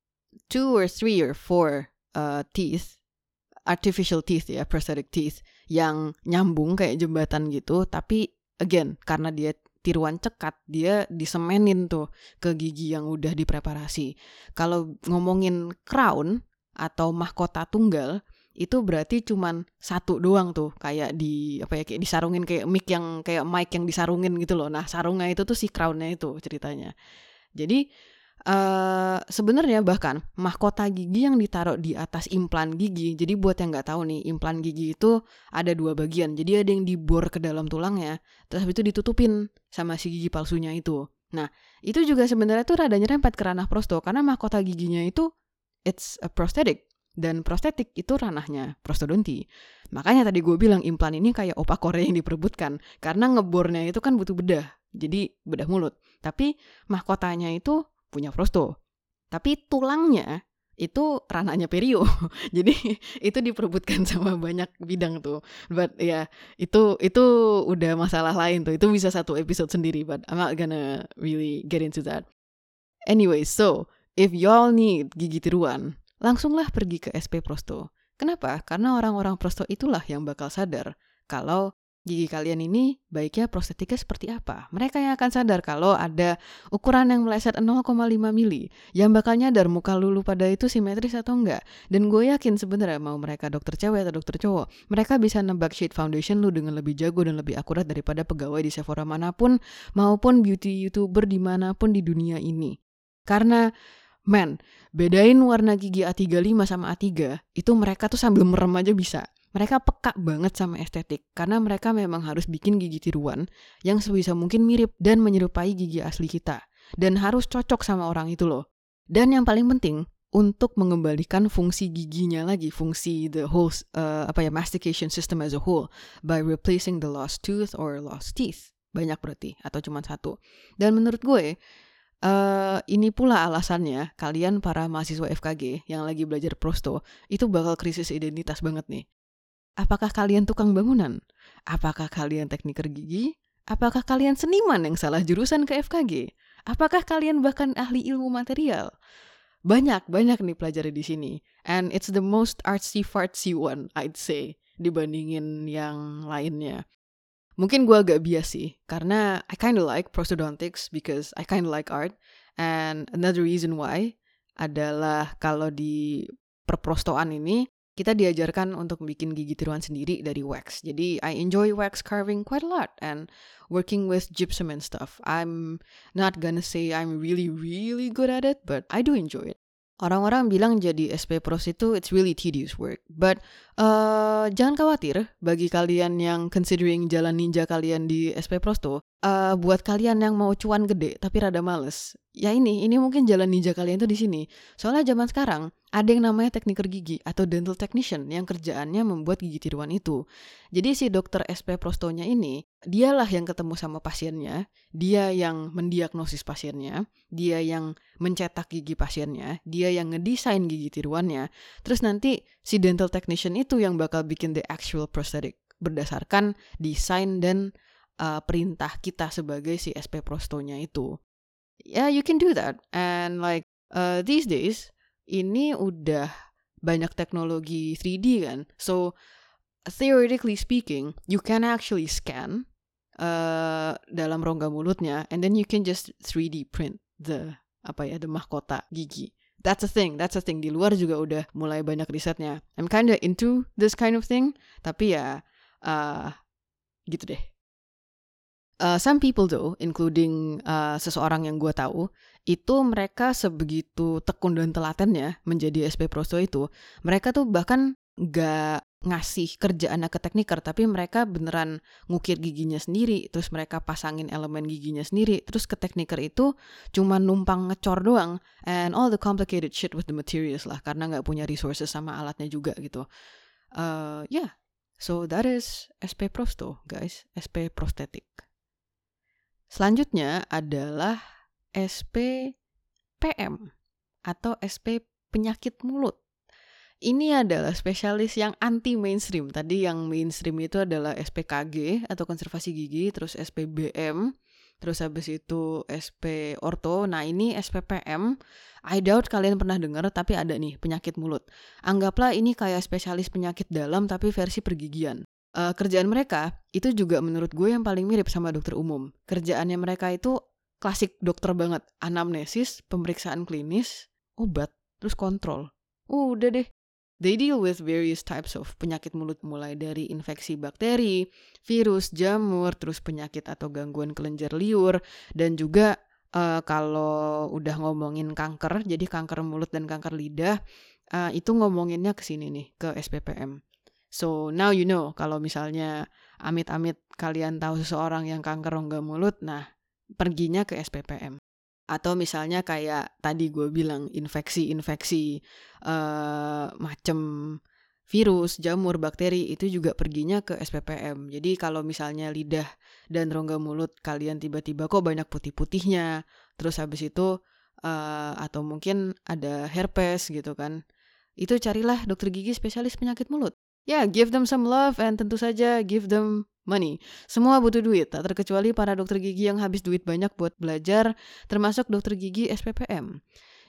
two or three or four uh, teeth, artificial teeth ya, prosthetic teeth, yang nyambung kayak jembatan gitu, tapi again, karena dia tiruan cekat, dia disemenin tuh ke gigi yang udah dipreparasi. Kalau ngomongin crown atau mahkota tunggal, itu berarti cuman satu doang tuh, kayak di apa ya, kayak disarungin kayak mic yang kayak mic yang disarungin gitu loh. Nah, sarungnya itu tuh si crownnya itu ceritanya. Jadi uh, sebenarnya bahkan mahkota gigi yang ditaruh di atas implan gigi. Jadi buat yang nggak tahu nih, implan gigi itu ada dua bagian. Jadi ada yang dibor ke dalam tulangnya, terus habis itu ditutupin sama si gigi palsunya itu. Nah, itu juga sebenarnya tuh rada nyerempet ke ranah prosto karena mahkota giginya itu it's a prosthetic, dan prostetik itu ranahnya prostodonti. Makanya tadi gue bilang implan ini kayak opak Korea yang diperebutkan, karena ngebornya itu kan butuh bedah, jadi bedah mulut. Tapi mahkotanya itu punya prosto, tapi tulangnya itu ranahnya perio. Jadi itu diperebutkan sama banyak bidang tuh. But ya, yeah, itu itu udah masalah lain tuh. Itu bisa satu episode sendiri, but I'm not gonna really get into that. Anyway, so if y'all need gigi tiruan, langsunglah pergi ke S P Prosto. Kenapa? Karena orang-orang prosto itulah yang bakal sadar kalau gigi kalian ini baiknya prostetiknya seperti apa. Mereka yang akan sadar kalau ada ukuran yang meleset nol koma lima mili, yang bakal nyadar muka lulu pada itu simetris atau enggak. Dan gue yakin sebenarnya mau mereka dokter cewek atau dokter cowok, mereka bisa nebak shade foundation lu dengan lebih jago dan lebih akurat daripada pegawai di Sephora manapun maupun beauty YouTuber dimanapun di dunia ini. Karena man, bedain warna gigi A tiga puluh lima sama A tiga, itu mereka tuh sambil merem aja bisa. Mereka peka banget sama estetik, karena mereka memang harus bikin gigi tiruan yang sebisa mungkin mirip dan menyerupai gigi asli kita. Dan harus cocok sama orang itu loh. Dan yang paling penting, untuk mengembalikan fungsi giginya lagi, fungsi the whole, uh, apa ya, mastication system as a whole, by replacing the lost tooth or lost teeth. Banyak berarti, atau cuma satu. Dan menurut gue, Uh, ini pula alasannya kalian para mahasiswa F K G yang lagi belajar prosto itu bakal krisis identitas banget nih. Apakah kalian tukang bangunan? Apakah kalian tekniker gigi? Apakah kalian seniman yang salah jurusan ke F K G? Apakah kalian bahkan ahli ilmu material? Banyak, banyak nih pelajari di sini. And it's the most artsy-fartsy one, I'd say, dibandingin yang lainnya. Mungkin gue agak bias sih, karena I kind of like prostodontics because I kind of like art. And another reason why adalah kalau di perprostoan ini, kita diajarkan untuk bikin gigi tiruan sendiri dari wax. Jadi I enjoy wax carving quite a lot and working with gypsum and stuff. I'm not gonna say I'm really, really good at it, but I do enjoy it. Orang-orang bilang jadi S P Pros itu it's really tedious work. But uh, jangan khawatir bagi kalian yang considering jalan ninja kalian di S P Prosto. Uh, buat kalian yang mau cuan gede tapi rada males. Ya ini, ini mungkin jalan ninja kalian tuh di sini. Soalnya zaman sekarang ada yang namanya tekniker gigi atau dental technician yang kerjaannya membuat gigi tiruan itu. Jadi si dokter S P Prostonya ini, dialah yang ketemu sama pasiennya, dia yang mendiagnosis pasiennya, dia yang mencetak gigi pasiennya, dia yang ngedesain gigi tiruannya. Terus nanti si dental technician itu yang bakal bikin the actual prosthetic berdasarkan desain dan uh, perintah kita sebagai si S P Prostonya itu. Ya, yeah, you can do that. And like uh, these days ini udah banyak teknologi three D kan. So theoretically speaking, you can actually scan uh, dalam rongga mulutnya, and then you can just three D print the apa ya the mahkota gigi. That's a thing, that's a thing. Di luar juga udah mulai banyak risetnya. I'm kinda into this kind of thing, tapi ya uh, gitu deh. Uh, some people though, including uh, seseorang yang gue tahu, itu mereka sebegitu tekun dan telatennya menjadi S P Prosto itu, mereka tuh bahkan gak ngasih kerjaannya ke tekniker, tapi mereka beneran ngukir giginya sendiri, terus mereka pasangin elemen giginya sendiri, terus ke tekniker itu cuma numpang ngecor doang, and all the complicated shit with the materials lah, karena gak punya resources sama alatnya juga gitu. Uh, yeah, so that is S P Prosto guys, S P Prosthetic. Selanjutnya adalah S P P M atau S P penyakit mulut. Ini adalah spesialis yang anti mainstream. Tadi yang mainstream itu adalah S P K G atau konservasi gigi, terus S P B M, terus habis itu S P orto. Nah ini S P P M, I doubt kalian pernah dengar, tapi ada nih penyakit mulut. Anggaplah ini kayak spesialis penyakit dalam tapi versi pergigian. Uh, kerjaan mereka itu juga menurut gue yang paling mirip sama dokter umum. Kerjaannya mereka itu klasik dokter banget. Anamnesis, pemeriksaan klinis, obat, terus kontrol. Uh, udah deh. They deal with various types of penyakit mulut, mulai dari infeksi bakteri, virus, jamur, terus penyakit atau gangguan kelenjar liur, dan juga uh, kalau udah ngomongin kanker, jadi kanker mulut dan kanker lidah, uh, itu ngomonginnya ke sini nih, ke S P P M. So now you know, kalau misalnya amit-amit kalian tahu seseorang yang kanker rongga mulut, nah perginya ke S P P M. Atau misalnya kayak tadi gue bilang infeksi-infeksi uh, macam virus, jamur, bakteri, itu juga perginya ke S P P M. Jadi kalau misalnya lidah dan rongga mulut kalian tiba-tiba kok banyak putih-putihnya, terus habis itu uh, atau mungkin ada herpes gitu kan, itu carilah dokter gigi spesialis penyakit mulut. Ya, yeah, give them some love and tentu saja give them money. Semua butuh duit, tak terkecuali para dokter gigi yang habis duit banyak buat belajar, termasuk dokter gigi S P P M.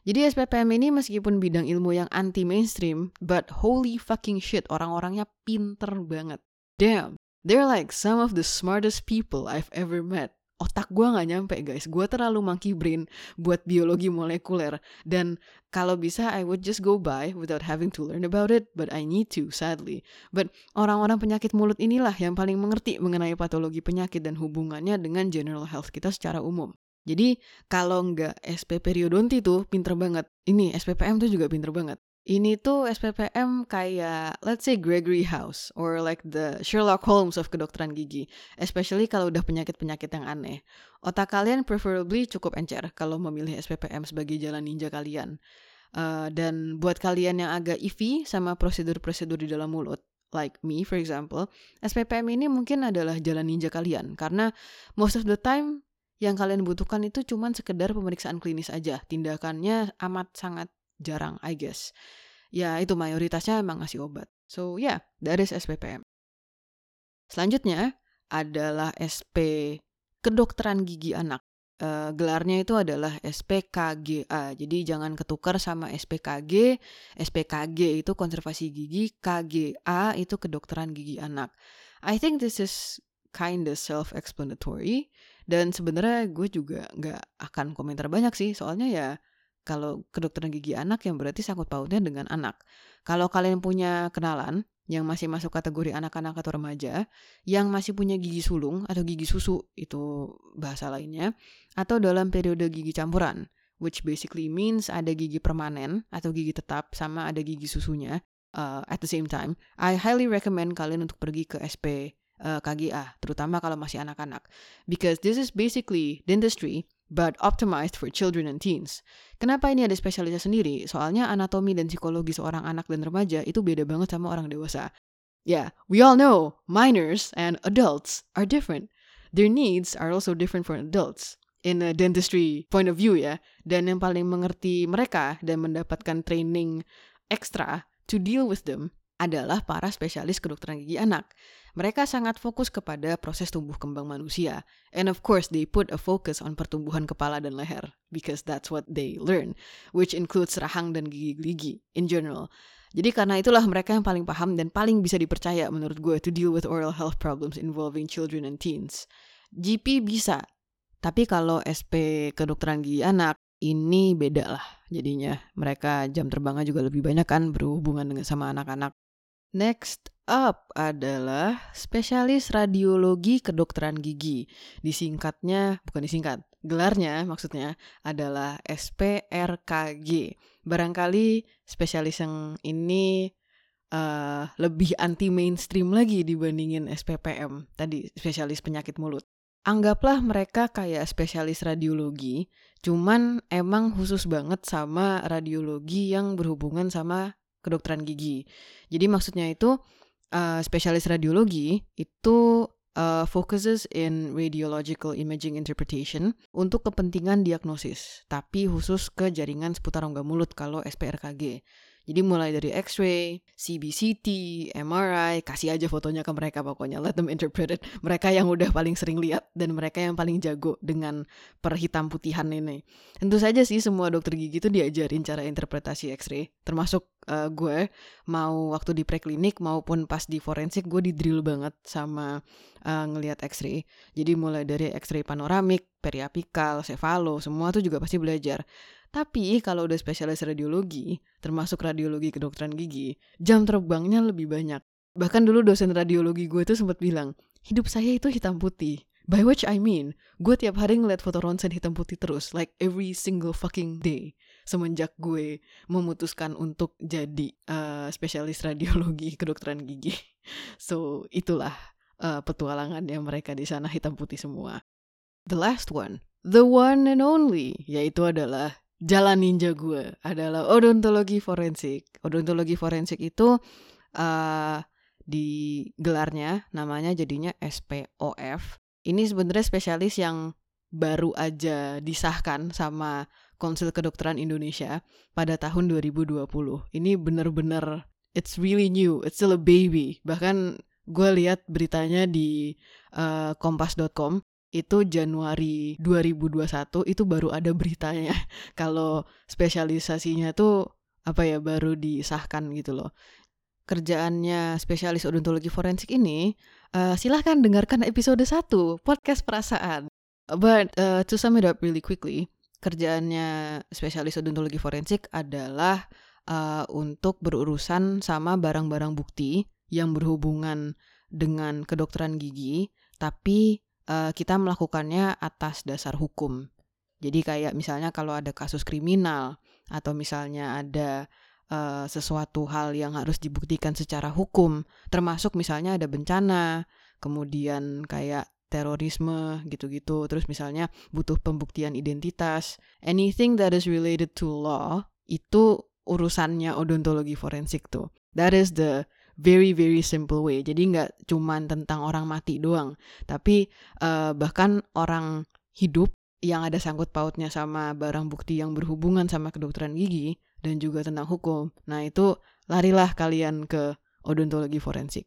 Jadi S P P M ini meskipun bidang ilmu yang anti-mainstream, but holy fucking shit, orang-orangnya pinter banget. Damn, they're like some of the smartest people I've ever met. Otak gue gak nyampe guys, gue terlalu monkey brain buat biologi molekuler. Dan kalau bisa I would just go by without having to learn about it, but I need to sadly. But orang-orang penyakit mulut inilah yang paling mengerti mengenai patologi penyakit dan hubungannya dengan general health kita secara umum. Jadi kalau nggak S P periodonti tuh pinter banget. Ini S P P M tuh juga pinter banget. Ini tuh S P P M kayak let's say Gregory House or like the Sherlock Holmes of kedokteran gigi. Especially kalau udah penyakit-penyakit yang aneh. Otak kalian preferably cukup encer kalau memilih S P P M sebagai jalan ninja kalian. Uh, dan buat kalian yang agak iffy sama prosedur-prosedur di dalam mulut, like me for example, S P P M ini mungkin adalah jalan ninja kalian. Karena most of the time yang kalian butuhkan itu cuman sekedar pemeriksaan klinis aja. Tindakannya amat sangat jarang, I guess. Ya, itu mayoritasnya emang ngasih obat. So, yeah, that is S P P M. Selanjutnya adalah S P kedokteran gigi anak. Uh, gelarnya itu adalah S P K G A. Jadi jangan ketukar sama S P K G. S P K G itu konservasi gigi, K G A itu kedokteran gigi anak. I think this is kinda self-explanatory. Dan sebenarnya gue juga nggak akan komentar banyak sih, soalnya ya kalau kedokteran gigi anak yang berarti sangkut pautnya dengan anak. Kalau kalian punya kenalan yang masih masuk kategori anak-anak atau remaja, yang masih punya gigi sulung atau gigi susu, itu bahasa lainnya, atau dalam periode gigi campuran, which basically means ada gigi permanen atau gigi tetap sama ada gigi susunya uh, at the same time, I highly recommend kalian untuk pergi ke S P Uh, K G A, terutama kalau masih anak-anak. Because this is basically dentistry, but optimized for children and teens. Kenapa ini ada spesialisnya sendiri? Soalnya anatomi dan psikologi seorang anak dan remaja itu beda banget sama orang dewasa. Yeah, we all know minors and adults are different. Their needs are also different for adults. In a dentistry point of view ya. Dan yang paling mengerti mereka dan mendapatkan training ekstra to deal with them adalah para spesialis kedokteran gigi anak. Mereka sangat fokus kepada proses tumbuh kembang manusia. And of course, they put a focus on pertumbuhan kepala dan leher. Because that's what they learn. Which includes rahang dan gigi-gigi in general. Jadi karena itulah mereka yang paling paham dan paling bisa dipercaya menurut gue to deal with oral health problems involving children and teens. G P bisa. Tapi kalau S P kedokteran gigi anak, ini beda lah jadinya. Mereka jam terbangnya juga lebih banyak kan berhubungan dengan sama anak-anak. Next up adalah spesialis radiologi kedokteran gigi. Disingkatnya, bukan disingkat, gelarnya maksudnya adalah S P R K G. Barangkali spesialis yang ini uh, lebih anti-mainstream lagi dibandingin S P P M, tadi spesialis penyakit mulut. Anggaplah mereka kayak spesialis radiologi, cuman emang khusus banget sama radiologi yang berhubungan sama kedokteran gigi. Jadi maksudnya itu uh, spesialis radiologi itu uh, focuses in radiological imaging interpretation untuk kepentingan diagnosis, tapi khusus ke jaringan seputar rongga mulut kalau S P R K G. Jadi mulai dari X-ray, C B C T, M R I, kasih aja fotonya ke mereka pokoknya. Let them interpret it. Mereka yang udah paling sering lihat dan mereka yang paling jago dengan perhitam putihan ini. Tentu saja sih semua dokter gigi itu diajarin cara interpretasi X-ray. Termasuk uh, gue, mau waktu di preklinik maupun pas di forensik, gue di-drill banget sama uh, ngelihat X-ray. Jadi mulai dari X-ray panoramik, periapikal, cefalo, semua tuh juga pasti belajar. Tapi kalau udah spesialis radiologi, termasuk radiologi kedokteran gigi, jam terbangnya lebih banyak. Bahkan dulu dosen radiologi gue tuh sempat bilang, hidup saya itu hitam putih. By which I mean, gue tiap hari ngeliat foto ronsen hitam putih terus, like every single fucking day. Semenjak gue memutuskan untuk jadi uh, spesialis radiologi kedokteran gigi. So, itulah uh, petualangan yang mereka di sana hitam putih semua. The last one, the one and only, yaitu adalah jalan ninja gue adalah odontologi forensik. Odontologi forensik itu uh, di gelarnya namanya jadinya S P O F. Ini sebenarnya spesialis yang baru aja disahkan sama Konsil Kedokteran Indonesia pada tahun dua ribu dua puluh. Ini bener-bener it's really new, it's still a baby. Bahkan gue lihat beritanya di uh, kompas dot com. Itu Januari dua ribu dua puluh satu itu baru ada beritanya kalau spesialisasinya tuh apa ya baru disahkan gitu loh. Kerjaannya spesialis odontologi forensik ini, uh, silahkan dengarkan episode satu podcast perasaan. But uh, to sum it up really quickly, kerjaannya spesialis odontologi forensik adalah uh, untuk berurusan sama barang-barang bukti yang berhubungan dengan kedokteran gigi, tapi uh, kita melakukannya atas dasar hukum. Jadi kayak misalnya kalau ada kasus kriminal atau misalnya ada uh, sesuatu hal yang harus dibuktikan secara hukum, termasuk misalnya ada bencana, kemudian kayak terorisme gitu-gitu, terus misalnya butuh pembuktian identitas, anything that is related to law, itu urusannya odontologi forensik tuh. That is the very very simple way. Jadi nggak cuman tentang orang mati doang, tapi uh, bahkan orang hidup yang ada sangkut pautnya sama barang bukti yang berhubungan sama kedokteran gigi dan juga tentang hukum. Nah itu larilah kalian ke odontologi forensik.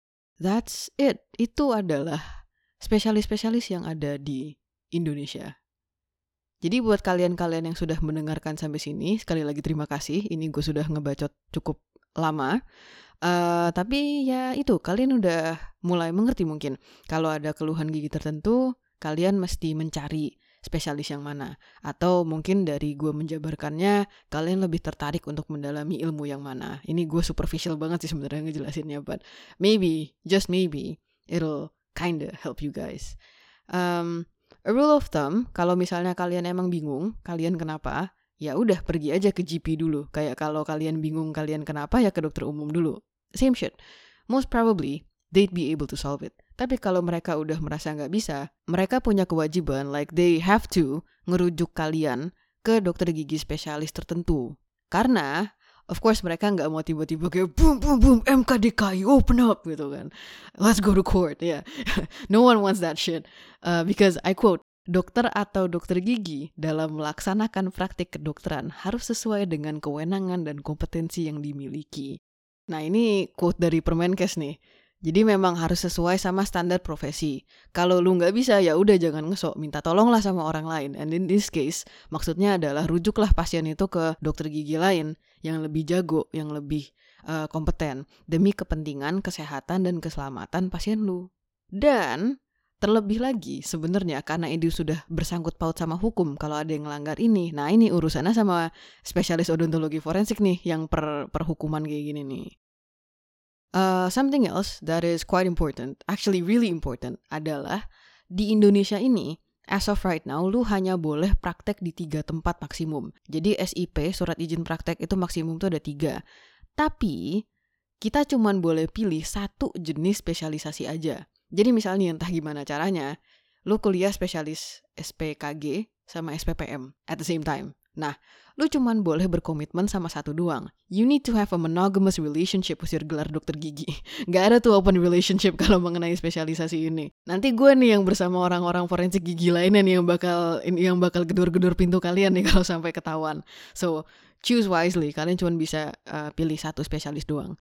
That's it. Itu adalah spesialis-spesialis yang ada di Indonesia. Jadi buat kalian-kalian yang sudah mendengarkan sampai sini, sekali lagi terima kasih. Ini gue sudah ngebacot cukup lama. Uh, tapi ya itu, kalian udah mulai mengerti mungkin. Kalau ada keluhan gigi tertentu, kalian mesti mencari spesialis yang mana. Atau mungkin dari gue menjabarkannya, kalian lebih tertarik untuk mendalami ilmu yang mana. Ini gue superficial banget sih sebenarnya ngejelasinnya, but maybe, just maybe, it'll kinda help you guys. Um, a rule of thumb, kalau misalnya kalian emang bingung, kalian kenapa, ya udah pergi aja ke G P dulu. Kayak kalau kalian bingung kalian kenapa, ya ke dokter umum dulu. Same shit. Most probably, they'd be able to solve it. Tapi kalau mereka udah merasa nggak bisa, mereka punya kewajiban, like they have to, ngerujuk kalian ke dokter gigi spesialis tertentu. Karena, of course mereka nggak mau tiba-tiba kayak boom boom boom M K D K I open up gitu kan. Let's go to court, ya. Yeah. No one wants that shit. Uh, because I quote, dokter atau dokter gigi dalam melaksanakan praktik kedokteran harus sesuai dengan kewenangan dan kompetensi yang dimiliki. Nah ini quote dari Permenkes nih. Jadi memang harus sesuai sama standar profesi. Kalau lu nggak bisa ya udah jangan ngesok, minta tolonglah sama orang lain. And in this case, maksudnya adalah rujuklah pasien itu ke dokter gigi lain yang lebih jago, yang lebih uh, kompeten demi kepentingan kesehatan dan keselamatan pasien lu. Dan terlebih lagi sebenarnya karena ini sudah bersangkut paut sama hukum kalau ada yang melanggar ini. Nah ini urusannya sama spesialis odontologi forensik nih yang per perhukuman kayak gini nih. Uh, something else that is quite important, actually really important, adalah di Indonesia ini, as of right now, lu hanya boleh praktek di tiga tempat maksimum. Jadi S I P, surat izin praktek itu maksimum tuh ada tiga. Tapi, kita cuman boleh pilih satu jenis spesialisasi aja. Jadi misalnya entah gimana caranya, lu kuliah spesialis S P K G sama S P P M at the same time. Nah, lu cuman boleh berkomitmen sama satu doang. You need to have a monogamous relationship with your gelar dokter gigi. Gak ada tuh open relationship kalau mengenai spesialisasi ini. Nanti gue nih yang bersama orang-orang forensik gigi lainnya nih yang bakal yang bakal gedor-gedor pintu kalian nih kalau sampai ketahuan. So, choose wisely. Kalian cuma bisa uh, pilih satu spesialis doang.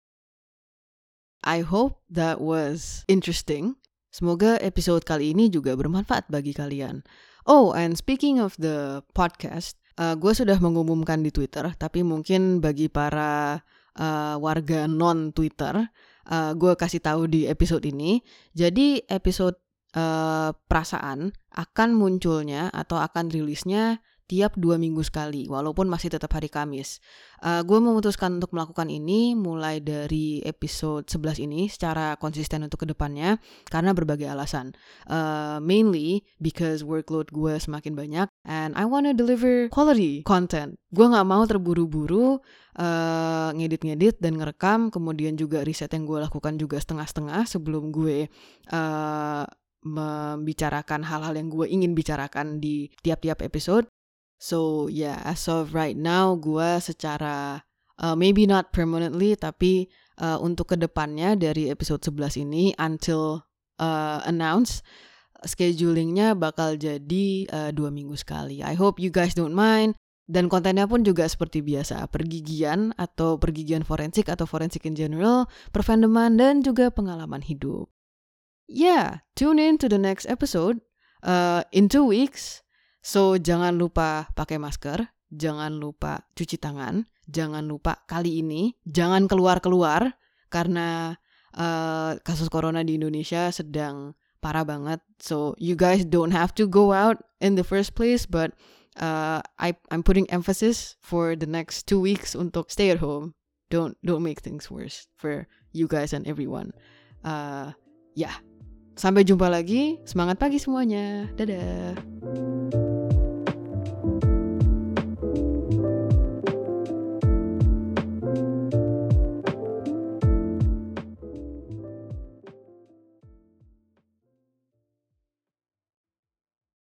I hope that was interesting. Semoga episode kali ini juga bermanfaat bagi kalian. Oh, and speaking of the podcast, Uh, gue sudah mengumumkan di Twitter, tapi mungkin bagi para uh, warga non-Twitter, uh, gue kasih tahu di episode ini. Jadi episode uh, perasaan akan munculnya atau akan rilisnya tiap dua minggu sekali, walaupun masih tetap hari Kamis. Uh, gue memutuskan untuk melakukan ini mulai dari episode sebelas ini secara konsisten untuk kedepannya karena berbagai alasan. Uh, mainly because workload gue semakin banyak and I wanna deliver quality content. Gue gak mau terburu-buru uh, ngedit-ngedit dan ngerekam, kemudian juga riset yang gue lakukan juga setengah-setengah sebelum gue uh, membicarakan hal-hal yang gue ingin bicarakan di tiap-tiap episode. So yeah, as of right now, gue secara uh, maybe not permanently, tapi uh, untuk kedepannya dari episode sebelas ini until uh, announce, schedulingnya bakal jadi uh, dua minggu sekali. I hope you guys don't mind. Dan kontennya pun juga seperti biasa, pergigian atau pergigian forensik atau forensik in general, perfandoman dan juga pengalaman hidup. Yeah, tune in to the next episode. uh, in two weeks. So jangan lupa pakai masker, jangan lupa cuci tangan, jangan lupa kali ini jangan keluar-keluar karena uh, kasus corona di Indonesia sedang parah banget. So you guys don't have to go out in the first place, but uh, I I'm putting emphasis for the next two weeks untuk stay at home. Don't don't make things worse for you guys and everyone. Uh, ya, yeah. Sampai jumpa lagi. Semangat pagi semuanya. Dadah.